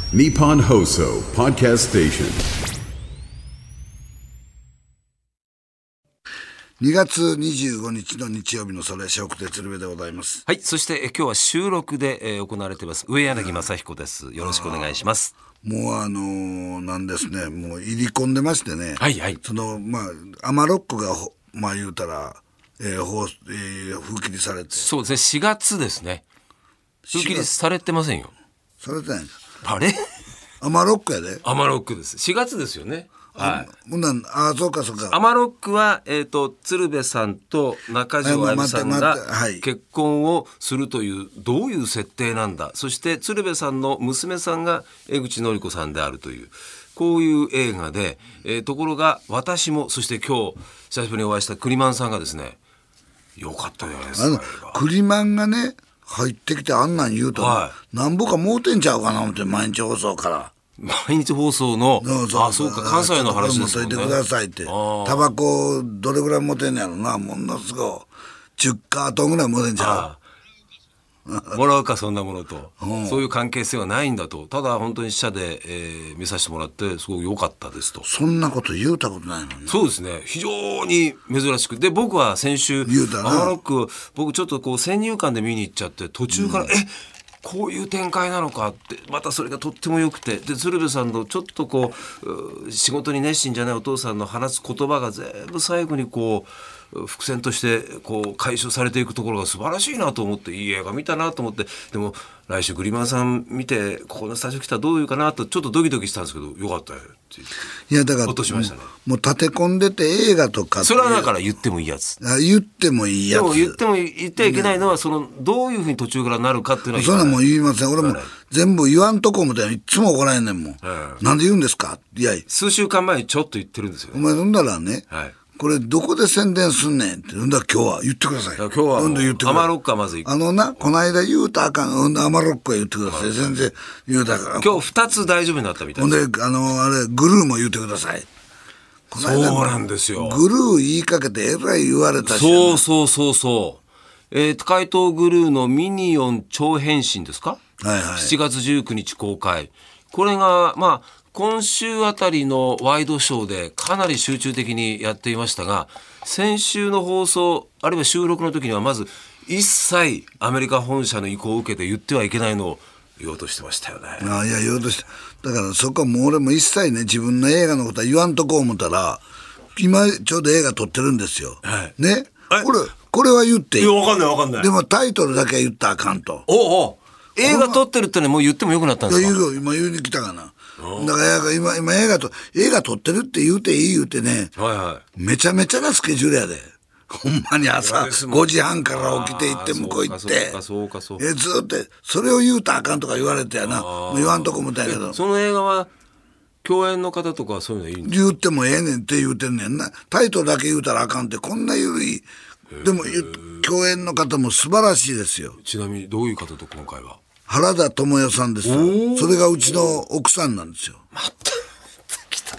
Nippon Hoso Podcast Station。 2月25日の日曜日のそれ笑福亭鶴瓶でございます。 はい、そして今日は収録で、行われています上柳正彦です。よろしくお願いします。 もうなんですね、もう入り込んでましてね、 はいはい、 アマロックが言うたら、封切りされて、 そうですね、4月ですね。封切りされてませんよ。 されてないんか。 あれアマロックやで。 アマロックです。4月ですよね。はい。 そうかそうか。 アマロックは、鶴瓶さんと中条あやみさんが結婚をするという、どういう設定なんだ。そして鶴瓶さんの娘さんが江口のり子さんであるという、こういう映画で、ところが私も、そして今日久しぶりにお会いしたクリマンさんがですね、よかったじゃないですか。 クリマンがね入ってきてあんなん言うと、なんぼかもうてんちゃうかな思って、毎日放送から毎日放送の、そうか、関西の話ですもんね。 持っといてくださいって。タバコどれぐらい持てんねやろな、ものすごい10カートンぐらい持てんちゃう。もらうかそんなものと、そういう関係性はないんだと。ただ本当に社で、見させてもらってすごく良かったですと。 そんなこと言うたことないのに。 そうですね、非常に珍しく。で僕は先週アマロック、僕ちょっとこう先入観で見に行っちゃって、途中から、こういう展開なのかって、またそれがとっても良くて、で鶴瓶さんのちょっとこう仕事に熱心じゃないお父さんの話す言葉が全部最後にこう伏線としてこう回収されていくところが素晴らしいなと思って、いい映画見たなと思って、でも来週グリマンさん見てここのスタジオ来たらどういうかなとちょっとドキドキしたんですけど、よかったよって言って。 いやだから落としましたね。 もう立て込んでて映画とかそれはだから言ってもいいやつ。 言ってもいいやつ。 でも言ってはいけないのは、そのどういうふうに途中からなるかっていうのはそんなもん言いません。俺も全部言わんとこみたいな、いつも怒らへんねんもん。なんで言うんですか。いや数週間前にちょっと言ってるんですよ、ね。 お前そんならね、これどこで宣伝すんねんって。今日は言ってください。 今日はアマロックはまずこの間言うたらあかん。アマロックは言ってください。全然言うたらあかん。 今日2つ大丈夫になったみたいで。 ほんで、グルーも言ってください。 そうなんですよ。 グルー言いかけてえらい言われたし。 そう。怪盗グルーのミニオン超変身ですか。7月19日公開。これが今週あたりのワイドショーでかなり集中的にやっていましたが、先週の放送あるいは収録の時にはまず一切アメリカ本社の意向を受けて言ってはいけないのを言おうとしてましたよね。 いや言おうとして、だからそこはもう俺も一切ね、自分の映画のことは言わんとこう思ったら、今ちょうど映画撮ってるんですよ、ね。これは言っていい。 いや分かんない。 でもタイトルだけは言ったらあかんと。 映画撮ってるってのはもう言ってもよくなったんですか。 今言うに来たかな。だから今映画撮ってるって言うていい言うてね、めちゃめちゃなスケジュールやで。ほんまに朝5時半から起きて行って向こう行って、ずっとそれを言うたらあかんとか言われてやな。もう言わんとこみたいけど、 その映画は共演の方とかはそういうのいいんですか。 言ってもええねんって言うてんねんな。タイトルだけ言うたらあかんって、こんな緩い。でも共演の方も素晴らしいですよ。 ちなみにどういう方と今回は。 原田知世さんですよ。それがうちの奥さんなんですよ。 来たよ。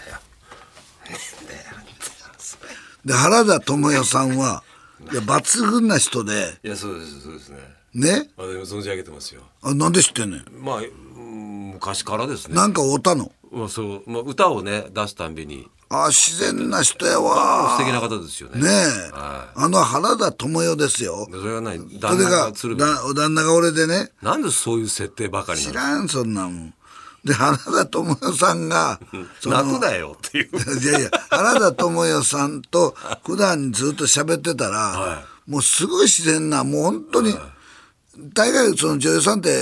で原田知世さんはいや抜群な人で。 いやそうですね。 ね。 でも存じ上げてますよ。 なんで知ってんねん。 昔からですね。 なんか会うたの。 歌をね出すたんびに。 自然な人やわ。 素敵な方ですよね。 ねえ、原田知世ですよ。 それがない旦那が俺でね。 なんでそういう設定ばかりなの。 知らんそんなん。で原田知世さんが泣くなよっていう。 いや原田知世さんと普段ずっと喋ってたら、もうすごい自然な、もう本当に、大概その女優さんって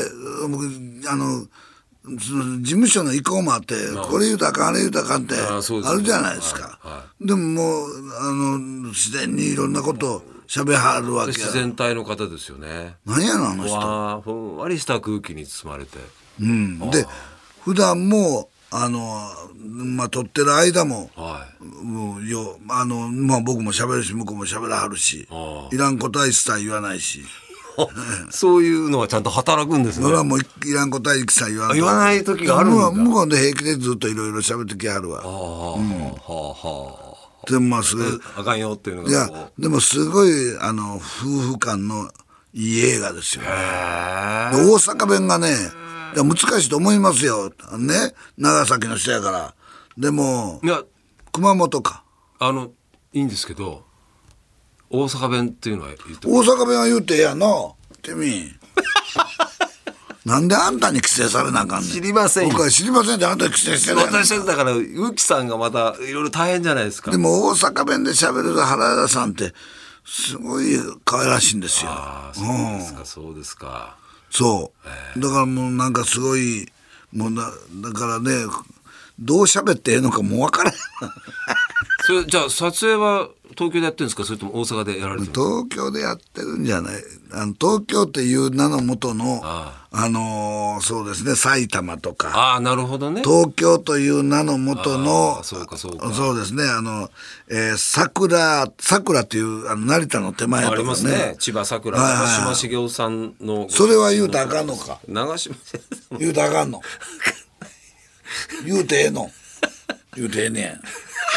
事務所の意向もあって、これ言うたらあかんあれ言うたらあかんってあるじゃないですか。でももう自然にいろんなことを喋はるわけや。 自然体の方ですよね。 何やのあの人。 ふんわりした空気に包まれて。 で普段も撮ってる間も、僕も喋るし向こうも喋らはるし、いらんことは一切言わないし。 そういうのはちゃんと働くんですね。 俺はもういらんことは一切言わない時があるんだ。 向こうで平気でずっといろいろ喋ってきはるわ。でもすごいあかんよっていうのが。 いやでもすごい夫婦間のいい映画ですよね。大阪弁がねいや難しいと思いますよね、長崎の人やから。でもいや熊本かいいんですけど、大阪弁っていうのは言って大阪弁は言うてえやなてみなんであんたに規制されなあかんねん。 知りませんよ。 僕は知りませんってあんたに規制してない。 私だから宇木さんがまたいろいろ大変じゃないですか。 でも大阪弁で喋る原田さんってすごい可愛らしいんですよ。 そうですか、そうですか。 そうだからもうなんかすごいもうだからね、どう喋ってええのかもう分からへんそれじゃあ撮影は東京でやってるんですか、それとも大阪でやられてるんですか。 東京でやってるんじゃない。東京っていう名のもとのそうですね、埼玉とかなるほどね。 東京という名のもとのそうかそうか。 そうですね、桜っていう成田の手前とかねありますね、千葉桜、長嶋茂雄さんの。 それは言うたらあかんのか。 長嶋言うたらあかんの言うてええの言うてええねん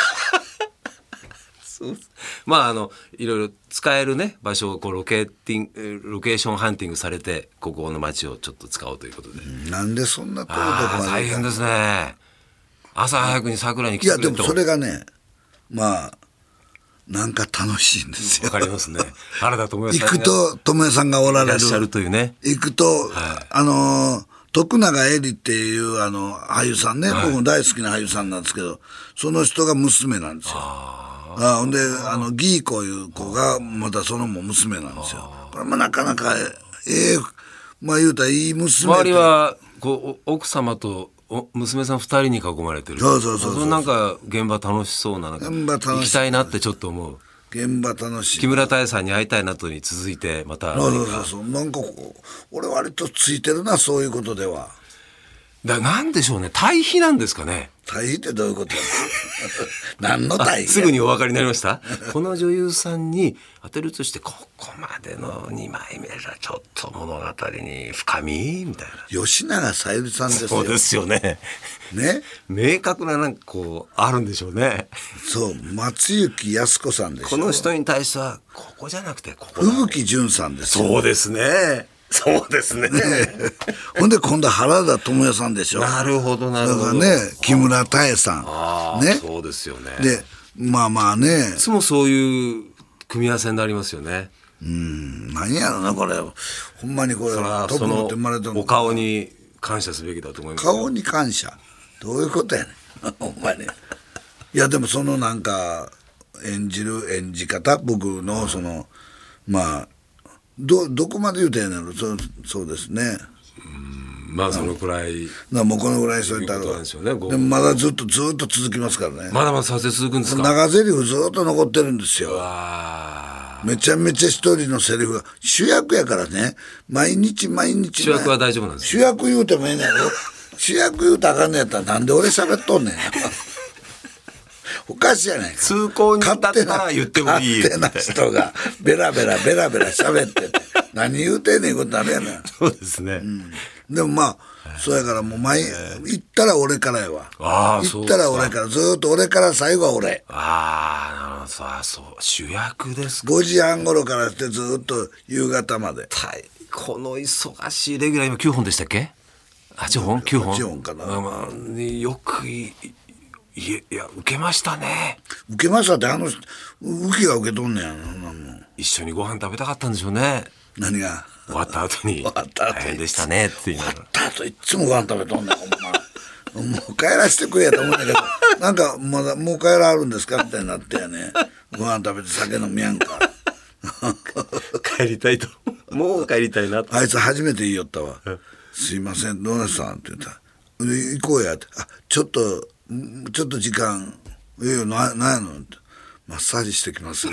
まあいろいろ使えるね場所をこうロケーションハンティングされて、ここの街をちょっと使おうということで。 なんでそんな遠いとこまで。 大変ですね。朝早くに桜に来てくれと。 いやでもそれがね、まあなんか楽しいんですよ。 わかりますね。原田知世さん行くと智也さんがおられる。 いらっしゃるというね。 行くと、徳永えりっていう俳優さんね、僕も大好きな俳優さんなんですけど、その人が娘なんですよ。ほんでギーコいう子がまたそのも娘なんですよ。これもなかなかまあ言うたらいい娘。 周りはこう奥様と娘さん2人に囲まれてる。 そうなんか現場楽しそうな、なんか行きたいなってちょっと思う。 現場楽しい。 木村多江さんに会いたいなとに続いてまたそうなんか俺割とついてるな、そういうことでは。 なんでしょうね、対比なんですかね。 対比ってどういうことや何の対比。 すぐにお分かりになりました。この女優さんに当てるとして、ここまでの2枚目じゃちょっと物語に深みみたいな。 吉永小百合さんですよ。 そうですよね。 ね、 明確ななんかこうあるんでしょうね。 そう、松雪泰子さんでしょ。 この人に対してはここじゃなくてここ。 吹雪純さんですよ。 そうですね。そうですね。 ほんで今度は原田知世さんでしょ。 なるほどなるほど。 だからね、木村多江さんね。 そうですよね。 でまあまあね、 いつもそういう組み合わせになりますよね。 何やろなこれ、ほんまにこれはトップ持って生まれたの。 お顔に感謝すべきだと思います。 顔に感謝、どういうことやねんほんまに。いやでもそのなんか演じ方、僕のそのまあどこまで言うてんやろ。そうですね。 まあそのくらい。 もうこのぐらいしといたら。でもまだずっと続きますからね。 まだまだ撮影続くんですか。 長台詞ずっと残ってるんですよ。めちゃめちゃ一人のセリフが主役やからね。毎日主役は大丈夫なんですか。 主役言うてもええねんやろ。主役言うたらあかんねやったらなんで俺喋っとんねんおかしいやないか。 通行に立ったら言ってもいい。 勝手な人がベラベラ喋ってて何言うてんねんことなるやな。 そうですね。 でもまあそうやからもう行ったら俺からやわ。行ったら俺から、ずっと俺から最後は俺。 そう主役ですか。 5時半頃からしてずっと夕方まで。 この忙しいレギュラー今9本でしたっけ。8本9本。 8本かな。 よくいや受けましたね。 受けましたって受けが受けとんねや。 一緒にご飯食べたかったんでしょうね。 何が終わった後に大変でしたねって言いながら。 終わった後いつもご飯食べとんねんほんまもう帰らせてくれやと思うんだけどなんかまだもう帰らはるんですかみたいになってやね。ご飯食べて酒飲みやんか帰りたいと。もう帰りたいなと。 あいつ初めて言いよったわすいませんどうなさんって言ったら行こうやって。ちょっと時間なんやのってマッサージしてきます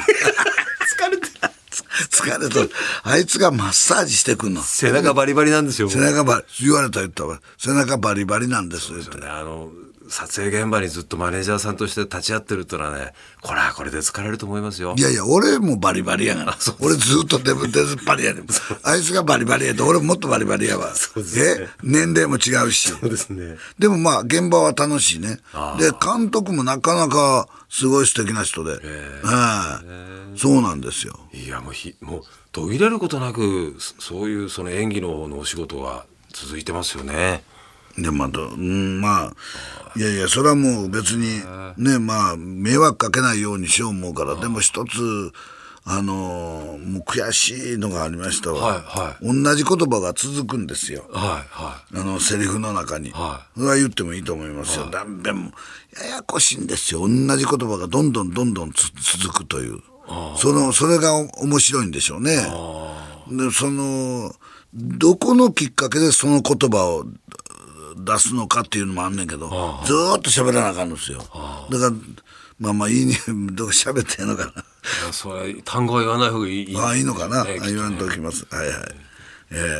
疲れとる。あいつがマッサージしてくんの。 背中バリバリなんですよ。 言ったわ。背中バリバリなんですよ。 撮影現場にずっとマネージャーさんとして立ち会ってるってのはね、これはこれで疲れると思いますよ。 いや俺もバリバリやがな。俺ずっと出ずっぱりやねんあいつがバリバリやで俺もっとバリバリやわ。そうですね。年齢も違うし。 そうですね。 でもまあ現場は楽しいね。で監督もなかなかすごい素敵な人で、そうなんですよ。 いやもう途切れることなくそういうその演技の方のお仕事は続いてますよね。 でまあいやいやそれはもう別にねまあ迷惑かけないようにしよう思うから。でも一つもう悔しいのがありましたわ、同じ言葉が続くんですよ、セリフの中に、それは言ってもいいと思いますよ。何遍もややこしいんですよ。同じ言葉がどんどん続くという、それが面白いんでしょうね。でどこのきっかけでその言葉を出すのかっていうのもあんねんけど、ずーっと喋らなあかんのですよ。だからまあいいね、どう喋ってんのかな。 それ単語は言わない方がいい。 いいのかな、言わんときます。はいはい。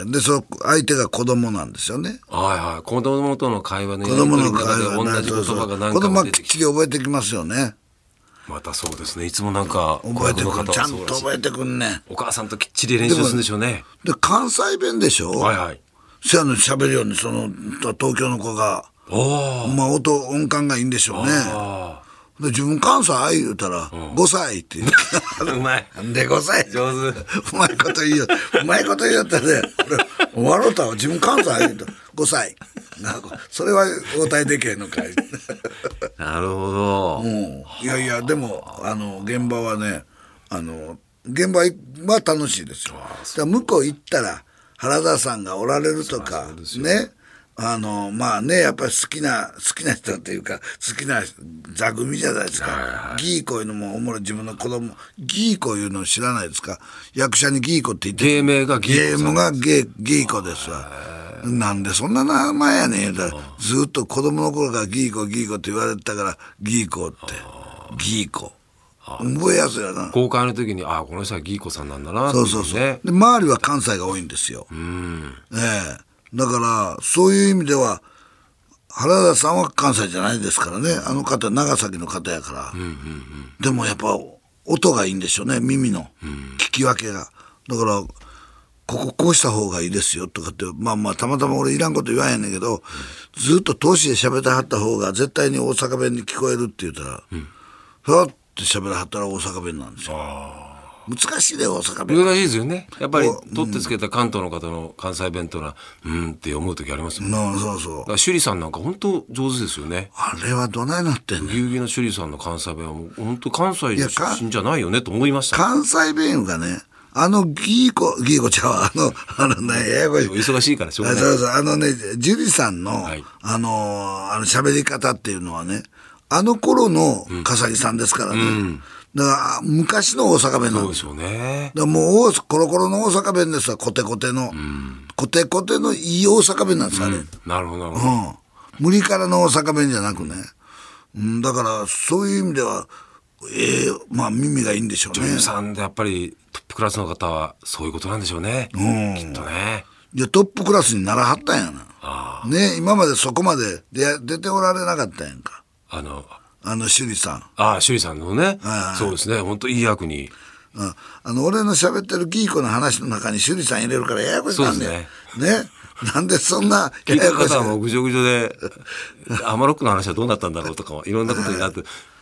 で相手が子供なんですよね。 子供との会話の子供の会話で同じ言葉が何子供はか出てきっちり覚えてきますよね。 またそうですね。いつもなんか覚えてくる、ちゃんと覚えてくんね。 お母さんときっちり練習するんでしょうね。 で関西弁でしょ。せやのに喋るように東京の子が音感がいいんでしょうね。で自分関西言うたら5歳って言う。 うまい。 なんで5歳上手。 うまいこと言うよ。うまいこと言うったらね、終わろうたわ。自分関西言うたら5歳。それは応対できへんのかい。 なるほど。 いやいやでも現場はね現場は楽しいですよ。だから向こう行ったら原田さんがおられるとかね。まあねやっぱり好きな人っていうか好きな座組じゃないですか。ギーコいうのもおもろい。自分の子供ギーコいうの知らないですか。役者にギーコって言って芸名がギーコさん。 ゲームがギーコですわ。なんでそんな名前やねん言うたらずっと子供の頃からギーコって言われてたからギーコってギーコ覚えやすいやな。 公開の時にこの人はギーコさんなんだなってそうで周りは関西が多いんですよ。だからそういう意味では原田さんは関西じゃないですからね。あの方長崎の方やから、でもやっぱ音がいいんでしょうね。耳の聞き分けが。だからこうした方がいいですよとかってまあたまたま俺いらんこと言わんやねんけど、ずっと通しで喋ってはった方が絶対に大阪弁に聞こえるって言ったら、ふわって喋らはったら大阪弁なんですよ。難しいで大阪弁。 難しいですよね。やっぱり取ってつけた関東の方の関西弁というのはって思う時ありますよね。 そう。だから趣里さんなんか本当上手ですよね。 あれはどないなってんの。 ブギウギの趣里さんの関西弁はもう本当関西出身じゃないよねと思いました。 関西弁がねギーコちゃんはややこしい。 忙しいからしょうがない。 そうジュリさんの、喋り方っていうのはね頃の笠木さんですからね。だから昔の大阪弁なんですよ。 そうですよね。 だからもうコロコロの大阪弁ですわ。コテコテのいい大阪弁なんですあれ。 なるほど。 無理からの大阪弁じゃなくね。だからそういう意味ではまあ耳がいいんでしょうね。 女優さんでやっぱりトップクラスの方はそういうことなんでしょうね。きっとね。 いやトップクラスにならはったんやな。ね今までそこまで出ておられなかったんやんか。趣里さん。 趣里さんのね。そうですね。本当いい役に。 俺の喋ってるギーコの話の中に趣里さん入れるからややこしなんだよ。ね。なんでそんな聞いた方もぐじょぐじょでアマロックの話はどうなったんだろうとかいろんなことになって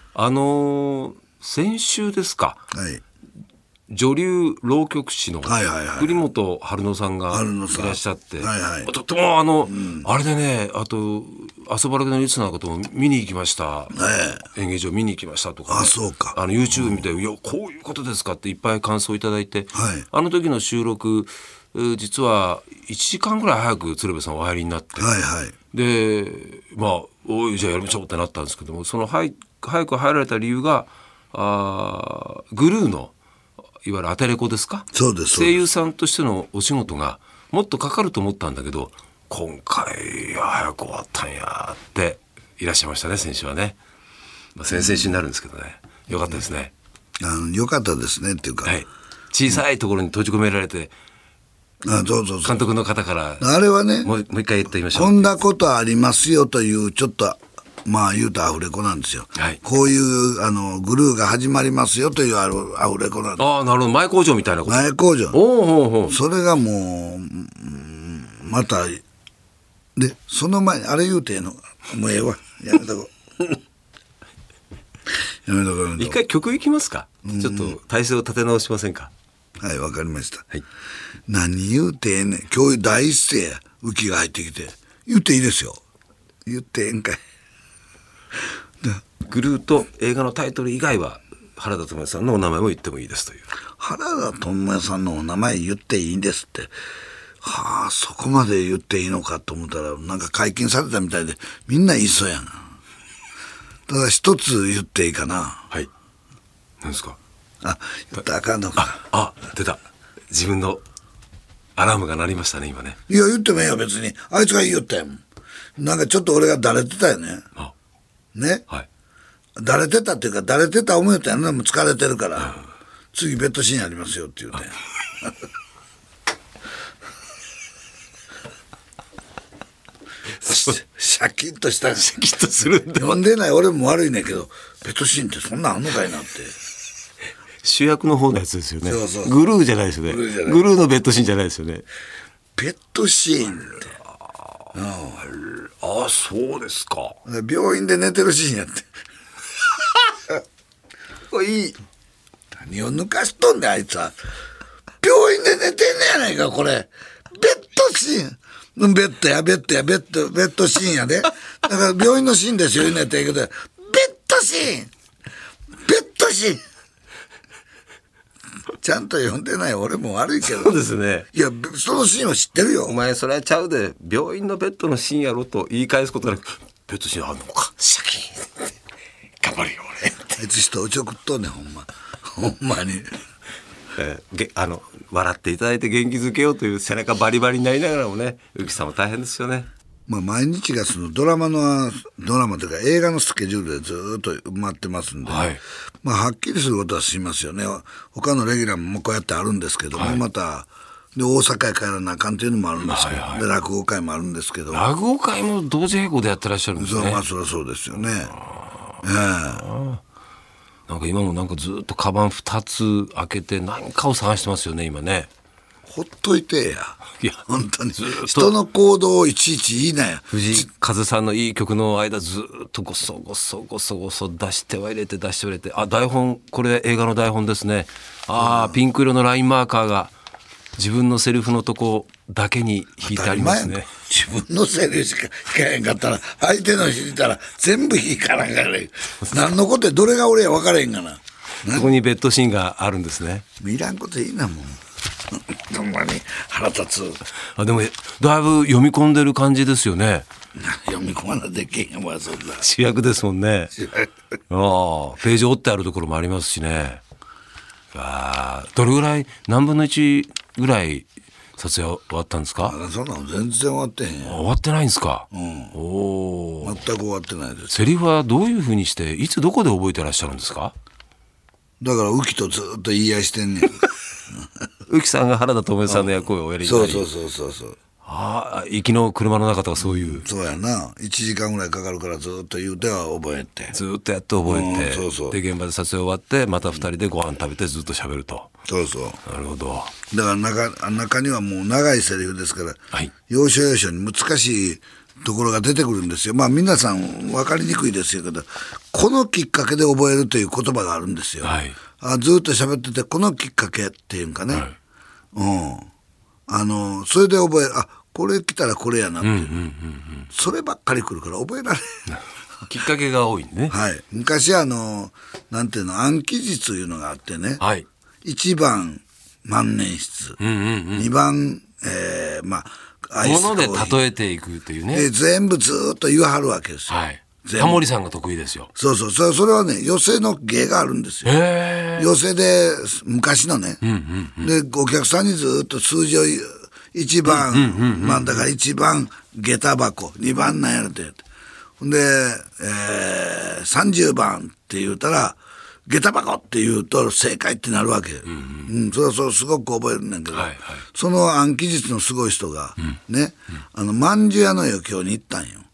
先週ですか。女流浪曲師の栗本春乃さんがいらっしゃって、とってもあれでね、あと遊ばれのリスナーの方も見に行きました、演芸場見に行きましたとか、ね、YouTube 見て、いやこういうことですかっていっぱい感想いただいて、あの時の収録実は1時間ぐらい早く鶴瓶さんお入りになって、でおいじゃあやりましょうってなったんですけども、その早く入られた理由がグルーのいわゆるアテレコですか。 そうです。 声優さんとしてのお仕事がもっとかかると思ったんだけど、今回早く終わったんやっていらっしゃいましたね。先週はね、先々週になるんですけどね、よかったですね。 よかったですねっていうか、 小さいところに閉じ込められて、監督の方からあれはね、 もう一回言ってみましょう。 こんなことありますよというちょっと言うとアフレコなんですよ。こういうグルーが始まりますよというアフレコなんです。 なるほど。前工場みたいなこと。 前工場。それがもうまたでその前にあれ言うてんのもうええわ、やめとこう。 一回曲いきますか。ちょっと体勢を立て直しませんか。 はい、わかりました。 はい。 何言うてええねん。今日第一声や。浮きが入ってきて。言っていいですよ。言ってええんかい。 グルーと映画のタイトル以外は原田知世さんのお名前も言ってもいいですという。 原田知世さんのお名前言っていいんですって。はあ、そこまで言っていいのかと思ったら、なんか解禁されたみたいで、みんな言いそうやな。ただ一つ言っていいかな。 はい。何ですか。 あ、言ったらあかんのか。 出た。自分のアラームが鳴りましたね、今ね。 いや、言ってもええよ、別に。あいつが言ったやん。なんかちょっと俺がだれてたよね。ね。 はい。 だれてたっていうか、だれてた思うたやんな。もう疲れてるから。次ベッドシーンありますよって言うて。シャキッとしたシャキッとするんだ。 読んでない俺も悪いねんけど、ベッドシーンってそんなんあんのかいなって。 主役の方のやつですよね。 そうそう。 グルーじゃないですよね。グルーのベッドシーンじゃないですよね。 ベッドシーンって。 そうですか。 病院で寝てるシーンやって。 これいい。 何を抜かしとんねん、あいつは。病院で寝てんねやないか、これ。ベッドシーン。ベッドシーンやで。だから病院のシーンですよ、言うのやったらいいけど、ベッドシーンちゃんと読んでない俺も悪いけど。 そうですね。 いや、そのシーンは知ってるよ。 お前それはちゃうで、病院のベッドのシーンやろと言い返すことなく、ベッドシーンあんのか。シャキー頑張るよ、俺。 あいつ人おちょくっとんねん、ほんま。ほんまに。 笑っていただいて元気づけようという背中バリバリになりながらもね、浮さんも大変ですよね。 まあ毎日がそのドラマというか映画のスケジュールでずっと埋まってますんで、 はい、 まあはっきりすることはしますよね。他のレギュラーもこうやってあるんですけども、またで大阪へ帰らなあかんっていうのもあるんですけど、で落語会もあるんですけど、 落語会も同時並行でやってらっしゃるんですね。 まあそりゃそうですよね。 なんか今もなんかずっとカバン2つ開けて何かを探してますよね今ね。 ほっといてや。 いや本当に人の行動をいちいち言いなや。 藤井風さんのいい曲の間ずっとゴソゴソ出しては入れて台本、これ映画の台本ですね。ピンク色のラインマーカーが自分のセリフのとこだけに引いてありますね。 自分のセリフしか引かへんかったら相手の引いたら全部引かなきゃね。何のことでどれが俺や分からへんがな。 ここにベッドシーンがあるんですね。 いらんこといいなもん。ほんまに腹立つ。 でもだいぶ読み込んでる感じですよね。 読み込まなでけんやもんそんな。 主役ですもんね。ページ折ってあるところもありますしね。どれぐらい何分の1ぐらい撮影終わったんですか。 そんなの全然終わってへんや。 終わってないんですか。 全く終わってないです。 セリフはどういうふうにしていつどこで覚えてらっしゃるんですか。 だから浮とずっと言い合いしてんねん。 浮さんが原田知世さんの役をおやりになり。 そう行きの車の中とかそういう。 そうやな。1時間ぐらいかかるからずっと言うては覚えて。 ずっとやって覚えて。で現場で撮影終わってまた2人でご飯食べてずっと喋ると。 そう。 なるほど。 だから中にはもう長いセリフですから、要所要所に難しいところが出てくるんですよ。まあ皆さん分かりにくいですけど、このきっかけで覚えるという言葉があるんですよ。ずっと喋っててこのきっかけっていうんかね。それで覚える。これ来たらこれやなって、そればっかり来るから覚えられん。 きっかけが多いね。 昔なんていうの暗記術いうのがあってね。1番万年筆、2番アイスコーヒー、 物で例えていくっていうね。 で全部ずっと言わはるわけですよ。 タモリさんが得意ですよ。 それはね寄席の芸があるんですよ。寄席で昔のね、でお客さんにずっと数字を1番、だから1番下駄箱、2番なんやるって。ほんで、30番って言うたら、下駄箱って言うと正解ってなるわけ。それはすごく覚えるんだけど、その暗記術のすごい人が、ね、まんじゅう屋の余興に行ったんよ。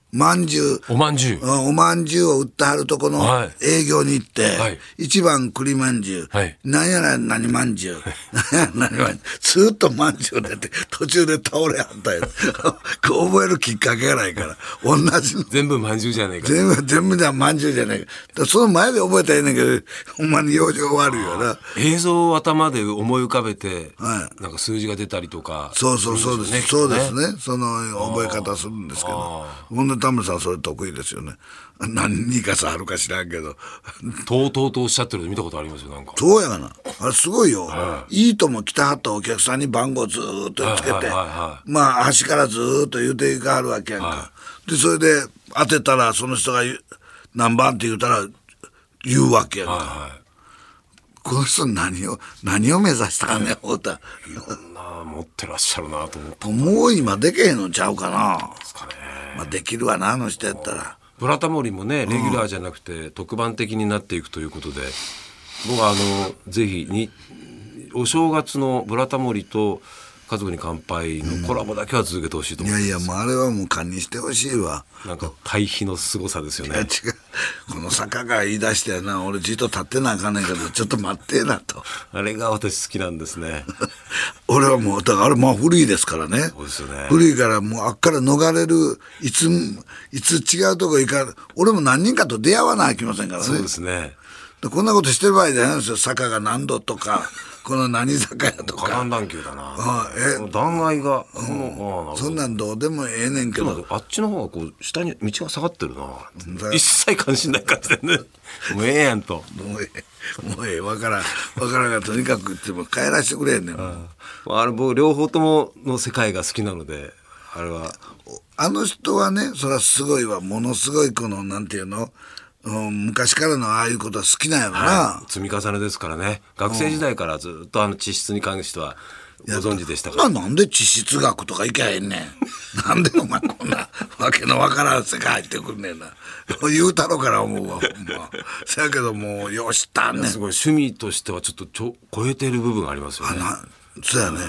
まんじゅう、 おまんじゅう、 おまんじゅうを売ってはるとこの営業に行って、 はい、 一番栗まんじゅう、 はい、 なんやら何まんじゅう、なんやら何まんじゅう、ずっとまんじゅう出て、途中で倒れはったよ。覚えるきっかけがないから、同じの。 全部まんじゅうじゃないか。 全部じゃまんじゅうじゃないか。その前で覚えたらいいねんけど、ほんまに養生悪いよな。 映像を頭で思い浮かべて、はい、なんか数字が出たりとか。 そうですね。そうですね。その覚え方するんですけど。ほんでタモリさんそれ得意ですよね。何人かさあるか知らんけど。 とうとうとおっしゃってるの見たことありますよ、なんか。 そうやがな。あれすごいよ。はい、いいとも来たはったお客さんに番号ずーっとつけて、まあ端からずーっと言うていかはるわけやんか。はい、で、それで当てたらその人が何番って言うたら言うわけやんか。はいはい、この人何を目指したかね、思った。 いろんな持ってらっしゃるなと思った。 もう今でけへんのちゃうかな。ですかね。まあできるわな、あの人やったら。 ブラタモリもね、レギュラーじゃなくて特番的になっていくということで、僕はぜひにお正月のブラタモリと家族に乾杯のコラボだけは続けてほしいと思います。 いやいや、もうあれはもう勘にしてほしいわ。 なんか対比の凄さですよね。いや違う、 この坂が言い出してやな、俺じっと立ってなあかんねんけど、ちょっと待ってなと。 あれが私好きなんですね。 俺はもうだからあれまあ古いですからね。 そうですよね。 古いからもうあっから逃れる、いつ違うとこ行か、俺も何人かと出会わなあきませんからね。 そうですね。 こんなことしてる場合じゃないんですよ。坂が何度とか。この何坂やとか。 河岸段丘だな。断崖が、 そんなんどうでもええねんけど。 あっちの方がこう下に道が下がってるな。一切関心ない感じでね。もうええやんと。 もうええ、わからんがとにかく言っても帰らせてくれへんねん。 あれ僕両方ともの世界が好きなので、あれは。 あの人はね、それはすごいわ。ものすごいこのなんていうの。昔からのああいうことは好きなんやろな、 はい、積み重ねですからね。学生時代からずっと地質に関してはご存知でしたから。 なんで地質学とか行けへんねん。なんでお前こんなわけのわからん世界入ってくんねんな。言うたろから思うわ、ほんま。せやけどもうよしたんねん。 すごい趣味としてはちょっと超えてる部分がありますよね。 そうやね。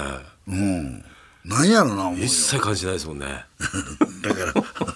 なんやろな、思うよ。 一切感じないですもんね。 だから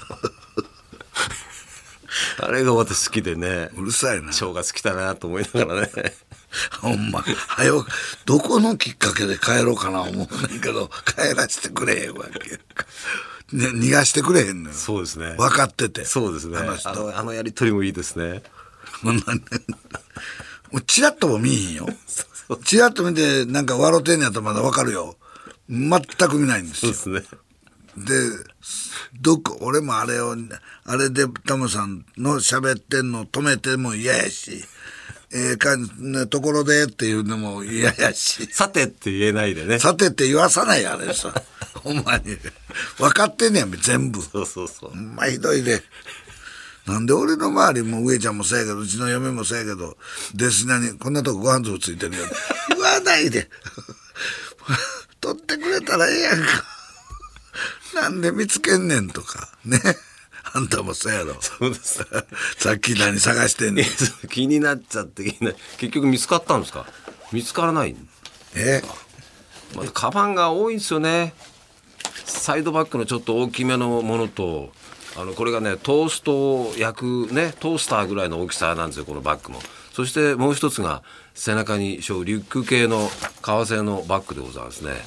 あれが私好きでね。 うるさいな。 正月来たなと思いながらね。 ほんま、どこのきっかけで帰ろうかな思うねんけど、帰らせてくれへんわけ。ね、逃がしてくれへんのよ。 そうですね。 分かってて。 そうですね。あのやりとりもいいですね。 もうチラッとも見えへんよ。チラッと見てなんか笑ってんやったらまだ分かるよ。全く見ないんですよ。 そうですね。 で、俺もあれでタモさんの喋ってんの止めても嫌やし、ところでっていうのも嫌やし。 さてって言えないでね。 さてって言わさないあれさ。ほんまに。分かってんねやん、全部。 そうそうそう。 ほんまひどいで。なんで俺の周りも上ちゃんもそうやけど、うちの嫁もそうやけど、ですなに、こんなとこご飯粒ついてるよ。言わないで。取ってくれたらええやんか。なんで見つけんねんとか。ね。あんたもそうやろ。 そうです。 さっき何探してんねん。 気になっちゃって結局見つかったんですか？見つからない。またカバンが多いんですよね。サイドバッグのちょっと大きめのものと、これがねトーストを焼くねトースターぐらいの大きさなんですよ、このバッグも。そしてもう一つが背中にリュック系の革製のバッグでございますね。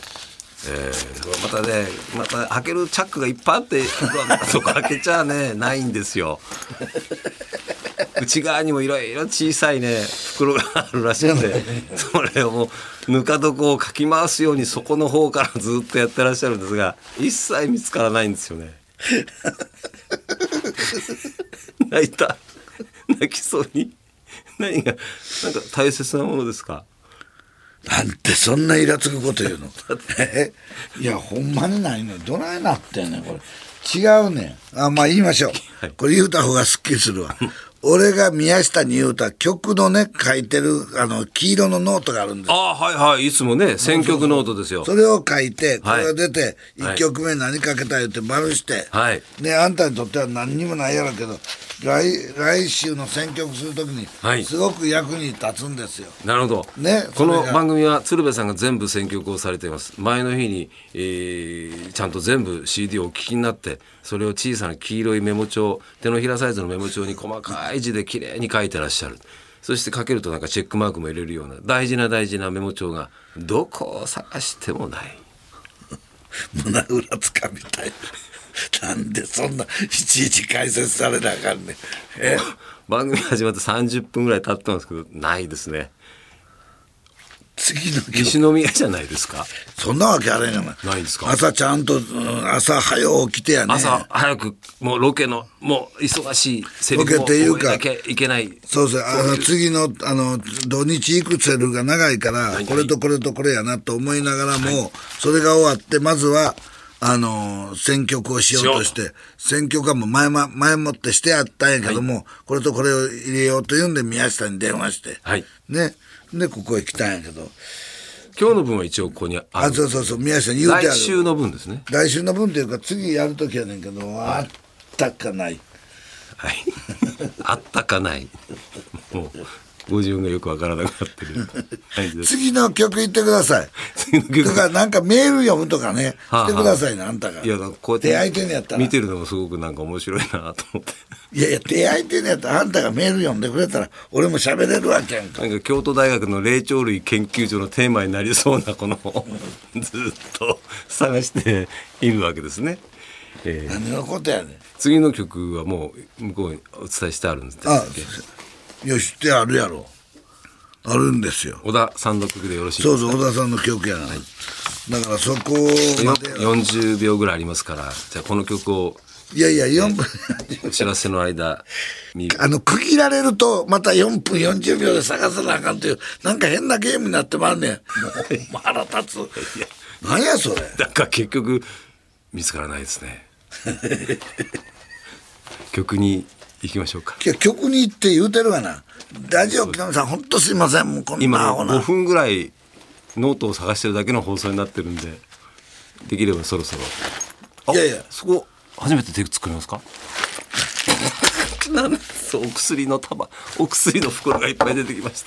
また開けるチャックがいっぱいあってそこ開けちゃねないんですよ。内側にもいろいろ小さいね袋があるらしくて、それをもうぬか床をかき回すようにそこの方からずっとやってらっしゃるんですが、一切見つからないんですよね。泣きそうに。何がなんか大切なものですか？ なんてそんなイラつくこと言うの。いやほんまにないの。どないなってんねんこれ。違うねん。まあ言いましょう、はい、これ言うた方がすっきりするわ。俺が宮下に言うた曲のね書いてる黄色のノートがあるんですよ。 はいはい、いつもね選曲ノートですよ。 それを書いてこれが出て、1曲目何かけた言って丸して、はい、であんたにとっては何にもないやろうけど来週の選曲するときにすごく役に立つんですよ。 なるほど、ね、この番組は鶴瓶さんが全部選曲をされています。前の日に、ちゃんと全部 CD をお聞きになって、それを小さな黄色いメモ帳、手のひらサイズのメモ帳に細かい字できれいに書いてらっしゃる。そして書けるとなんかチェックマークも入れるような大事なメモ帳がどこを探してもない。 胸裏つかみたい。なんでそんないちいち解説されなあかんねん。 番組始まって30分ぐらい経ってますけど、ないですね。 次の西宮じゃないですか。 そんなわけあれんやないですか。 朝ちゃんと朝早起きてやね。 朝早くもうロケのもう忙しいセリフを覚えなきゃいけない。 そうそう、次の土日行くセリフが長いから、これとこれとこれやなと思いながらも、それが終わってまずは選曲をしようとして、選曲はもう前もってしてあったんやけども、これとこれを入れようというんで宮下に電話して、ね。でここへ来たんやけど、 今日の分は一応ここにある。 そう宮下に言うてある。 来週の分ですね。 来週の分っていうか次やるときやねんけど、あったかない。 はい。あったかない。もうご自分がよくわからなくなってる。 次の曲言ってください。次の曲とかなんかメール読むとかね、してくださいね、あんたが。 いやこうやって手空いてんのやったら見てるのもすごくなんか面白いなと思って。 いや手空いてんのやったらあんたがメール読んでくれたら俺も喋れるわけやんか。 なんか京都大学の霊長類研究所のテーマになりそうなこのずっと探しているわけですね。 何のことやねん。 次の曲はもう向こうにお伝えしてあるんです。 よしってあるやろ。あるんですよ。 小田さんの曲でよろしいですか。 そう小田さんの曲やな、だからそこまで 40秒ぐらいありますから、じゃあこの曲をいや4分お知らせの間区切られるとまた4分40秒で探さなあかんというなんか変なゲームになってまんねん。もう腹立つ。何やそれ。 なんか結局見つからないですね。曲に行きましょうか。 曲に行って言うてるがな。ラジオ木南さん本当すいません。もうこんな今5分ぐらいノートを探してるだけの放送になってるんで、できればそろそろ。 いやそこ初めて手作りますか。そうお薬の袋がいっぱい出てきました。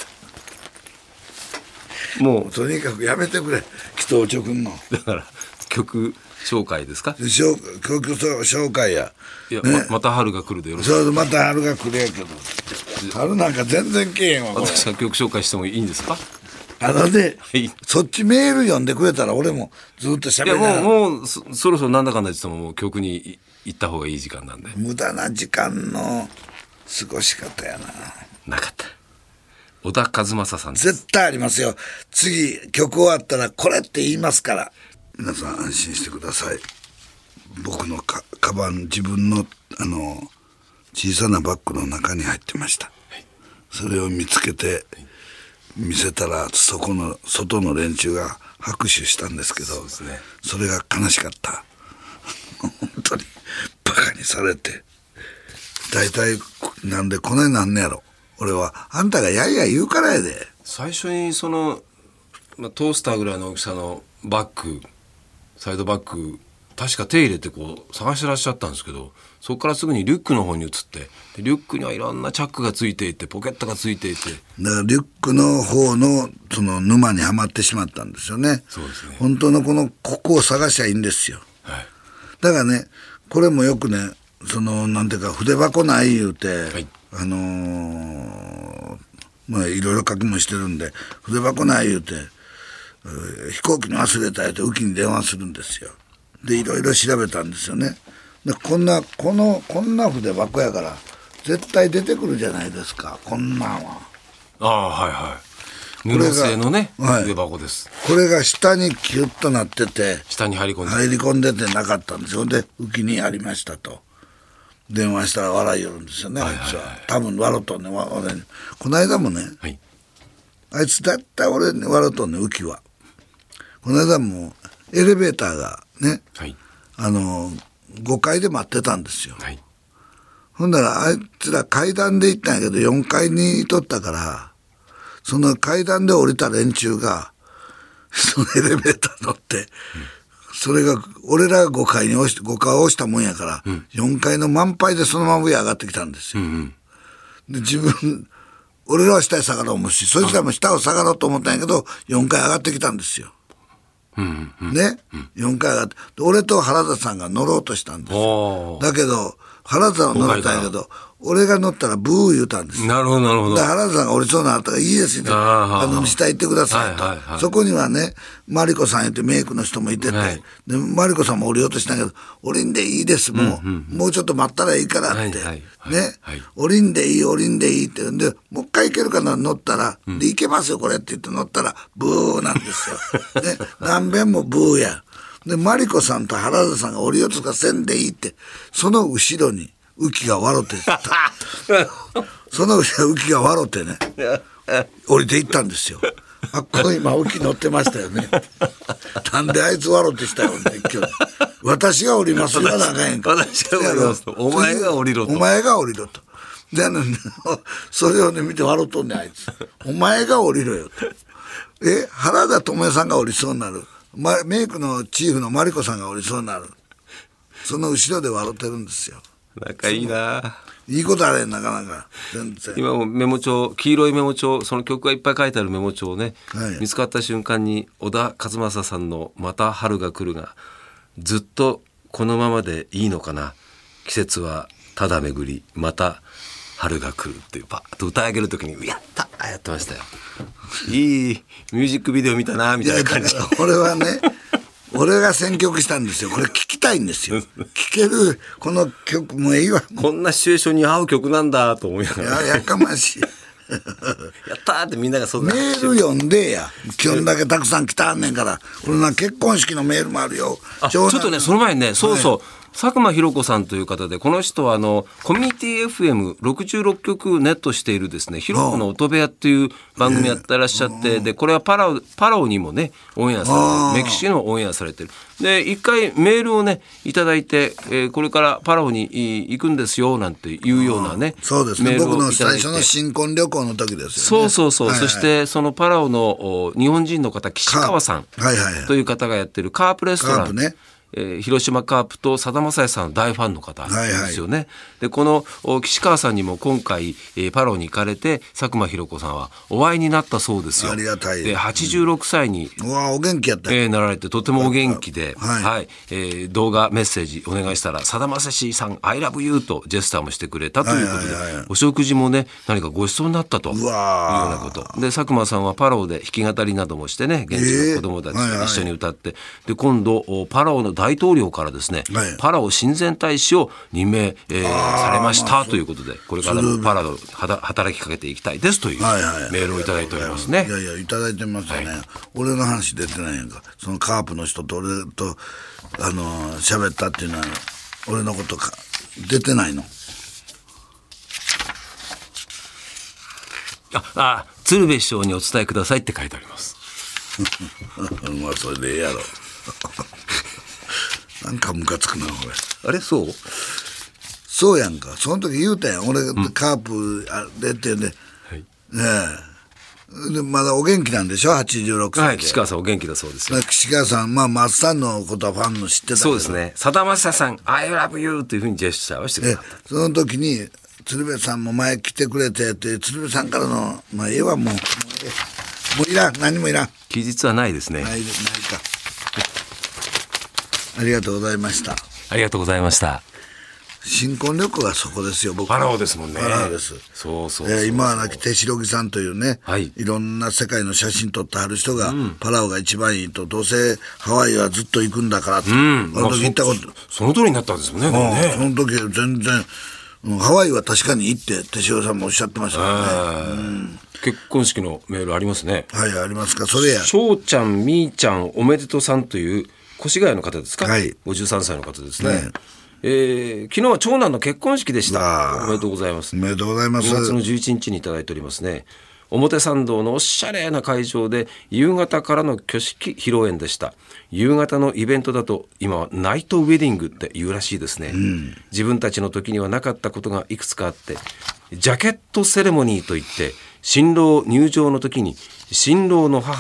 もうとにかくやめてくれ。紀藤町君のだから曲紹介ですか。 曲紹介や。 いや、また春が来るでよろしい。 そうまた春が来るやけど、春なんか全然来えへんわ。 私が曲紹介してもいいんですか。 そっちメール読んでくれたら俺もずっと喋りながら。 いやもうそろそろなんだかんだ言ってももう曲に行った方がいい時間なんで。 無駄な時間の過ごし方やなかった。小田和正さんです。 絶対ありますよ。次曲終わったらこれって言いますから、皆さん安心してください。僕のカバン、自分の小さなバッグの中に入ってました、それを見つけて見せたらそこの外の連中が拍手したんですけど、それが悲しかった。本当にバカにされて、大体なんでこないなんねやろ。俺はあんたがやいや言うからやで。 最初にトースターぐらいの大きさのバッグ、サイドバッグ確か手入れてこう探してらっしゃったんですけど、そこからすぐにリュックの方に移って、リュックにはいろんなチャックがついていてポケットがついていて、 だからリュックの方のその沼にはまってしまったんですよね。 そうですね。 本当のここを探しゃいいんですよ、だからね、これもよくね、なんていうか筆箱ない言うて、いろいろ書きもしてるんで、筆箱ない言うて、飛行機に忘れたやつ浮きに電話するんですよ。でいろいろ調べたんですよね。でこんな筆箱やから絶対出てくるじゃないですか、こんなんは。 布製のね、筆箱です。 これが下にキュッとなってて、 下に入り込んでてなかったんですよ。で浮きにありましたと電話したら笑いよるんですよね、あいつは。多分笑うとんね。この間もね、あいつだったら俺に笑うとんね、浮きは。この間もエレベーターがね、5階で待ってたんですよ、ほんならあいつら階段で行ったんやけど4階にいとったから、その階段で降りた連中がそのエレベーター乗って、 それが俺らが5階を押したもんやから、4階の満杯でそのまま上上がってきたんですよ。で俺らは下へ下がろうもし、そいつらも下を下がろうと思ったんやけど、4階上がってきたんですよ。ね、4階上がって、俺と原田さんが乗ろうとしたんですよ。だけど原田さんは乗ったんやけど、俺が乗ったらブー言うたんですよ。 なるほどなるほど。 原田さんが降りそうなったらいいですよ、下行ってくださいと、そこにはねマリコさん言ってメイクの人もいてて、でマリコさんも降りようとしたんやけど、降りんでいいです、もうちょっと待ったらいいからって、ね、降りんでいいってで、もう一回行けるかな、乗ったら、で行けますよこれって言って乗ったらブーなんですよ、ね、何遍もブーや。でマリコさんと原田さんが降りようとかせんでいいって、その後ろに浮きが笑ってその後ろ浮きが笑ってね降りていったんですよ。あっこ今浮き乗ってましたよね。なんであいつ笑ってしたよね今日。私が降りますよなあかんやんか。 私が降りますと、お前が降りろと。 お前が降りろと。でそれをね見て笑っとんねんあいつ。お前が降りろよと。原田知世さんが降りそうになる、メイクのチーフのマリコさんが降りそうになる、その後ろで笑ってるんですよ。 仲いいな。 いいことあれなかなか全然。 今もメモ帳、黄色いメモ帳、その曲がいっぱい書いてあるメモ帳ね、見つかった瞬間に小田和正さんのまた春が来るが、ずっとこのままでいいのかな、季節はただ巡りまた春が来るっていうパッと歌い上げるときにやったやってましたよ。いいミュージックビデオ見たなみたいな感じ。 俺はね俺が選曲したんですよ。これ聞きたいんですよ。聞けるこの曲もいいわ。 こんなシチュエーションに合う曲なんだと思いながら。 やかましい。 やったーってみんながそんな。 メール読んでや。今日だけたくさん来たんねんから。これな結婚式のメールもあるよ。 ちょっとねその前にね、そうそう。佐久間ひろ子さんという方で、この人はコミュニティ FM66 曲ネットしているですね、ひろ子の音部屋っていう番組やってらっしゃって、でこれはパラオにもねオンエアされてる、メキシコにもオンエアされてる。で一回メールをねいただいて、これからパラオに行くんですよなんていうようなね、 そうですね、僕の最初の新婚旅行の時ですよね。 そう、そしてそのパラオの日本人の方、岸川さんという方がやってるカープレストラン、ね、広島カープとさだまさしさんの大ファンの方ですよね。でこの岸川さんにも今回、パラオに行かれて佐久間ひろ子さんはお会いになったそうですよ。 ありがたい。 で86歳に、 お元気やった、 なられてとてもお元気で、動画メッセージお願いしたらさだまさしさん I love you とジェスチャーもしてくれたということで、お食事もね何かご馳走になったというようなことで、佐久間さんはパラオで弾き語りなどもしてね、現地の子供たちと一緒に歌って、で今度パラオの大統領からですね、パラオ親善大使を任命、されましたということで、これからもパラオ働きかけていきたいですというメールをいただいておりますね。 いただいてますよね。俺の話出てないやんか。そのカープの人と俺と喋ったっていうのは俺のことか出てないの。 鶴瓶師匠にお伝えくださいって書いてありますまあそれでええやろなんかムカつくなこれ。 あれそうやんか。その時言うたやん俺、カープでってんで、でまだお元気なんでしょ86歳で。 岸川さんお元気だそうですよ。 岸川さん松さんのことはファンの知ってたけど、 そうですね、さだまさしさん I love you というふうにジェスチャーをしてくれた。 その時に鶴瓶さんも前来てくれてって鶴瓶さんからの絵はもういらん、何もいらん。 期日はないですね。 ないか。ありがとうございました。 ありがとうございました。 新婚旅行はそこですよ。僕パラオですもんね。 パラオです。 そう。 今はなき手代木さんというね、いろんな世界の写真撮ってはる人が、パラオが一番いいと、どうせハワイはずっと行くんだからって、私行ったことその通りになったんですもんね。 その時全然ハワイは確かに行って手代さんもおっしゃってましたからね。 結婚式のメールありますね。 ありますか。それや翔ちゃんみーちゃんおめでとうさんという越谷の方ですか。53歳の方ですね。昨日は長男の結婚式でした。おめでとうございます。 おめでとうございます。 2月の11日にいただいておりますね。表参道のおしゃれな会場で夕方からの挙式披露宴でした。夕方のイベントだと今はナイトウェディングって言うらしいですね。自分たちの時にはなかったことがいくつかあって、ジャケットセレモニーといって新郎入場の時に新郎の母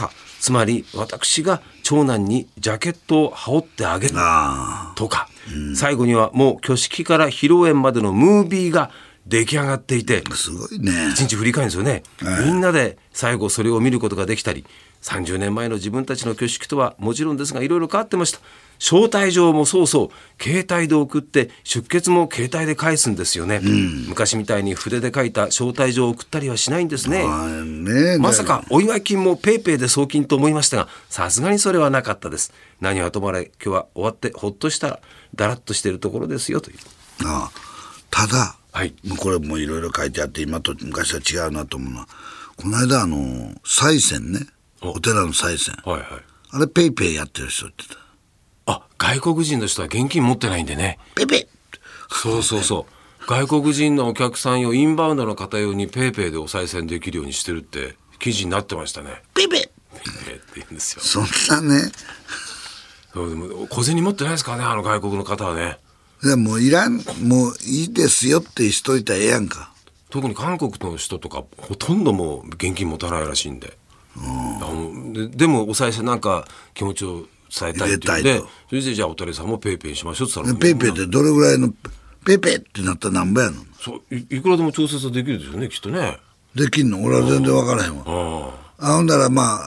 つまり私が長男にジャケットを羽織ってあげるとか、最後にはもう挙式から披露宴までのムービーが出来上がっていて、 すごいね。 一日振り返るんですよね、みんなで最後それを見ることができたり、30年前の自分たちの挙式とはもちろんですがいろいろ変わってました。招待状もそう携帯で送って出欠も携帯で返すんですよね、昔みたいに筆で書いた招待状を送ったりはしないんですね。まさかお祝い金もペイペイで送金と思いましたが、さすがにそれはなかったです。何はともあれ今日は終わってほっとしただらっとしているところですよという。 ただ、 はい、 これもいろいろ書いてあって今と昔は違うなと思うのは、この間賽銭ね、お寺の賽銭、あれペイペイやってる人って言った。 外国人の人は現金持ってないんでね。 ペイペイそう外国人のお客さん用、インバウンドの方用にペイペイでお賽銭できるようにしてるって記事になってましたね。 ペイペイって言うんですよ。 そんなね。 でも小銭持ってないですからね、外国の方はね。 もういらん、もういいですよってしといたらええやんか。 特に韓国の人とかほとんどもう現金持たないらしいんで、でもお賽銭なんか気持ちを伝えたいっていうんで、それでじゃあお寺さんもペイペイしましょうって言ったら、 ペイペイってどれぐらいのペイペイってなったら何倍やの。 いくらでも調節はできるですよね、きっとね。 できんの？俺は全然分からへんわ。ほんだら